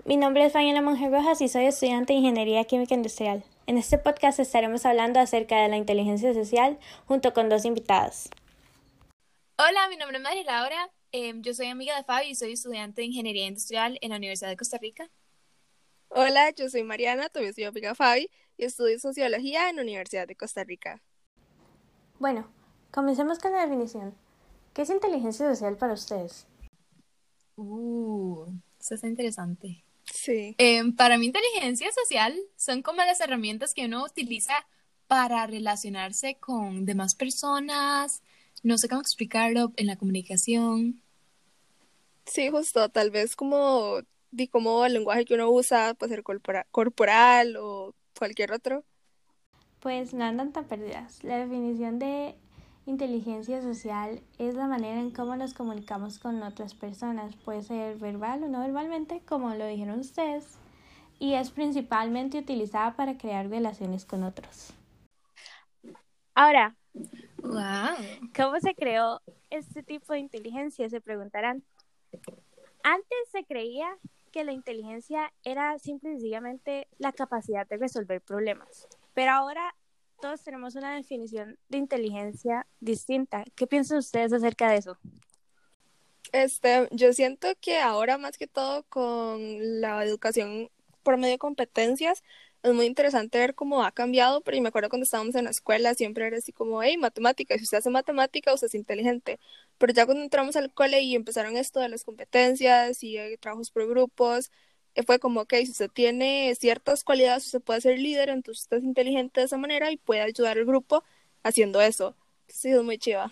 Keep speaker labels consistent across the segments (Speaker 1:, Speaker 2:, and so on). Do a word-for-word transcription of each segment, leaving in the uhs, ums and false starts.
Speaker 1: Mi nombre es Fabiana Monge Rojas y soy estudiante de Ingeniería Química Industrial. En este podcast estaremos hablando acerca de la inteligencia social junto con dos invitadas.
Speaker 2: Hola, mi nombre es María Laura, eh, yo soy amiga de Fabi y soy estudiante de Ingeniería Industrial en la Universidad de Costa Rica.
Speaker 3: Hola, yo soy Mariana, también soy amiga de Fabi y estudio Sociología en la Universidad de Costa Rica.
Speaker 1: Bueno, comencemos con la definición. ¿Qué es inteligencia social para ustedes?
Speaker 2: Uh, eso está interesante.
Speaker 3: Sí.
Speaker 2: Eh, para mí, inteligencia social son como las herramientas que uno utiliza para relacionarse con demás personas, no sé cómo explicarlo, en la comunicación.
Speaker 3: Sí, justo, tal vez como, di como el lenguaje que uno usa, puede ser corpora- corporal o cualquier otro.
Speaker 1: Pues no andan tan perdidas. La definición de inteligencia social es la manera en cómo nos comunicamos con otras personas. Puede ser verbal o no verbalmente, como lo dijeron ustedes, y es principalmente utilizada para crear relaciones con otros. Ahora,
Speaker 2: ¡Wow!
Speaker 1: ¿cómo se creó este tipo de inteligencia? Se preguntarán. Antes se creía que la inteligencia era simple y sencillamente la capacidad de resolver problemas, pero ahora todos tenemos una definición de inteligencia distinta. ¿Qué piensan ustedes acerca de eso?
Speaker 3: Este, yo siento que ahora más que todo con la educación por medio de competencias, es muy interesante ver cómo ha cambiado, pero yo me acuerdo cuando estábamos en la escuela siempre era así como, hey, matemáticas, si usted hace matemática, usted es inteligente, pero ya cuando entramos al cole y empezaron esto de las competencias y eh, trabajos por grupos, eh, fue como, ok, si usted tiene ciertas cualidades, usted puede ser líder, entonces usted es inteligente de esa manera y puede ayudar al grupo haciendo eso. Sí, es muy chiva.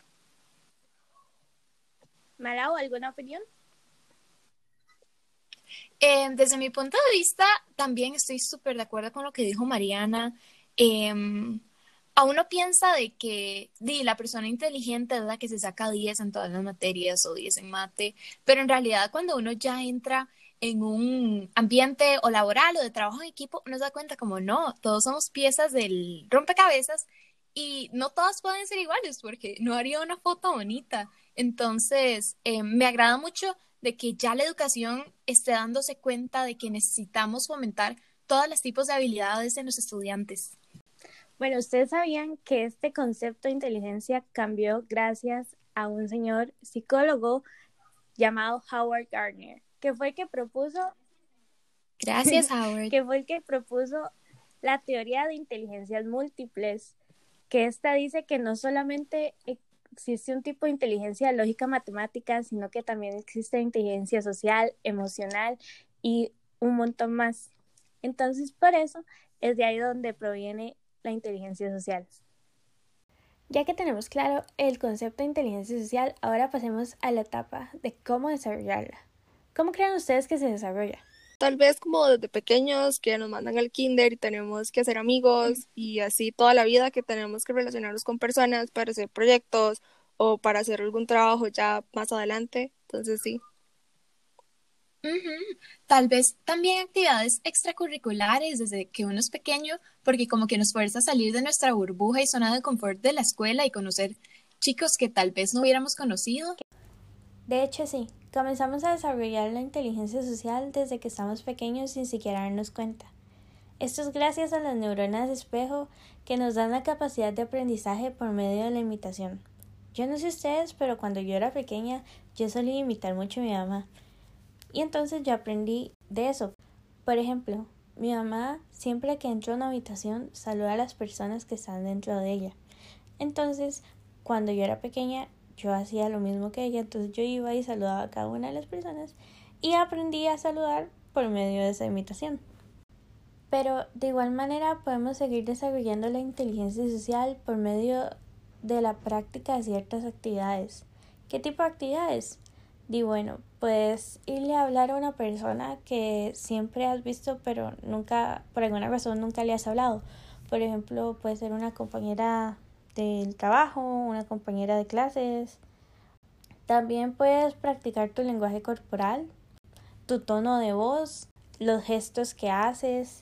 Speaker 1: Malau, ¿alguna opinión?
Speaker 2: Eh, desde mi punto de vista, también estoy súper de acuerdo con lo que dijo Mariana. Eh, a uno piensa de que di, la persona inteligente es la que se saca diez en todas las materias o diez en mate, pero en realidad cuando uno ya entra en un ambiente o laboral o de trabajo en equipo, uno se da cuenta como no, todos somos piezas del rompecabezas y no todas pueden ser iguales porque no haría una foto bonita. Entonces, eh, me agrada mucho de que ya la educación esté dándose cuenta de que necesitamos fomentar todos los tipos de habilidades en los estudiantes.
Speaker 1: Bueno, ustedes sabían que este concepto de inteligencia cambió gracias a un señor psicólogo llamado Howard Gardner, que fue el que propuso
Speaker 2: Gracias, Howard.
Speaker 1: que fue el que propuso la teoría de inteligencias múltiples, que esta dice que no solamente existe un tipo de inteligencia lógica matemática, sino que también existe inteligencia social, emocional y un montón más. Entonces, por eso es de ahí donde proviene la inteligencia social. Ya que tenemos claro el concepto de inteligencia social, ahora pasemos a la etapa de cómo desarrollarla. ¿Cómo creen ustedes que se desarrolla?
Speaker 3: Tal vez como desde pequeños que nos mandan al kinder y tenemos que hacer amigos y así toda la vida que tenemos que relacionarnos con personas para hacer proyectos o para hacer algún trabajo ya más adelante. Entonces sí.
Speaker 2: Uh-huh. Tal vez también actividades extracurriculares desde que uno es pequeño, porque como que nos fuerza a salir de nuestra burbuja y zona de confort de la escuela y conocer chicos que tal vez no hubiéramos conocido.
Speaker 1: De hecho, sí, comenzamos a desarrollar la inteligencia social desde que estamos pequeños sin siquiera darnos cuenta. Esto es gracias a las neuronas de espejo que nos dan la capacidad de aprendizaje por medio de la imitación. Yo no sé ustedes, pero cuando yo era pequeña yo solía imitar mucho a mi mamá. Y entonces yo aprendí de eso. Por ejemplo, mi mamá siempre que entra a una habitación saluda a las personas que están dentro de ella. Entonces, cuando yo era pequeña, yo hacía lo mismo que ella, entonces yo iba y saludaba a cada una de las personas y aprendí a saludar por medio de esa imitación. Pero de igual manera podemos seguir desarrollando la inteligencia social por medio de la práctica de ciertas actividades. ¿Qué tipo de actividades? Di bueno, puedes irle a hablar a una persona que siempre has visto pero nunca, por alguna razón nunca le has hablado. Por ejemplo, puede ser una compañera del trabajo, una compañera de clases. También puedes practicar tu lenguaje corporal, tu tono de voz, los gestos que haces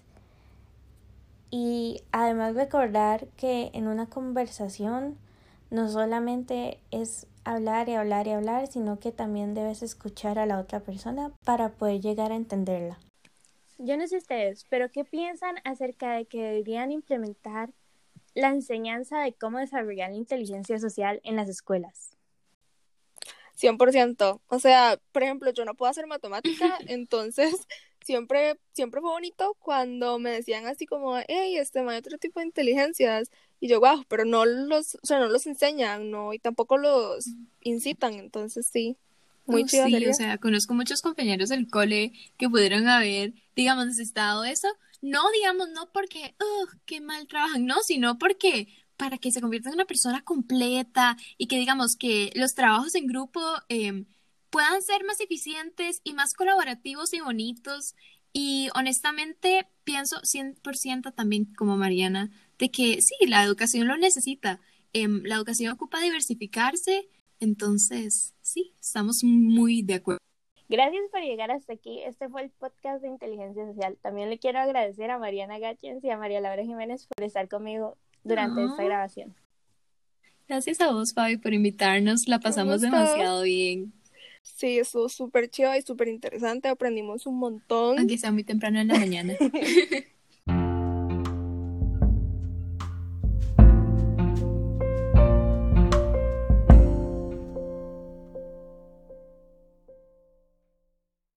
Speaker 1: y además recordar que en una conversación no solamente es hablar y hablar y hablar, sino que también debes escuchar a la otra persona para poder llegar a entenderla. Yo no sé ustedes, pero ¿qué piensan acerca de que deberían implementar la enseñanza de cómo desarrollar la inteligencia social en las escuelas?
Speaker 3: cien por ciento. O sea, por ejemplo, yo no puedo hacer matemática, entonces siempre, siempre fue bonito cuando me decían así como, hey, este, hay otro tipo de inteligencias. Y yo, wow, pero no los, o sea, no los enseñan, no, y tampoco los incitan, entonces sí, muy
Speaker 2: Oh,
Speaker 3: chido
Speaker 2: sí, o
Speaker 3: sería.
Speaker 2: sea, conozco muchos compañeros del cole que pudieron haber, digamos, necesitado eso. No, digamos, no porque, oh, qué mal trabajan, no, sino porque para que se conviertan en una persona completa y que, digamos, que los trabajos en grupo eh, puedan ser más eficientes y más colaborativos y bonitos. Y honestamente, pienso cien por ciento también como Mariana, de que sí, la educación lo necesita. Em, la educación ocupa diversificarse, entonces, sí, estamos muy de acuerdo.
Speaker 1: Gracias por llegar hasta aquí. Este fue el podcast de Inteligencia Social. También le quiero agradecer a Mariana Gachens y a María Laura Jiménez por estar conmigo durante esta
Speaker 2: No,
Speaker 1: grabación.
Speaker 2: gracias a vos, Fabi, por invitarnos. La
Speaker 3: Un
Speaker 2: pasamos
Speaker 3: gusto.
Speaker 2: demasiado bien,
Speaker 3: Sí, estuvo súper chido y súper interesante, aprendimos un montón.
Speaker 2: aunque sea muy temprano en la mañana.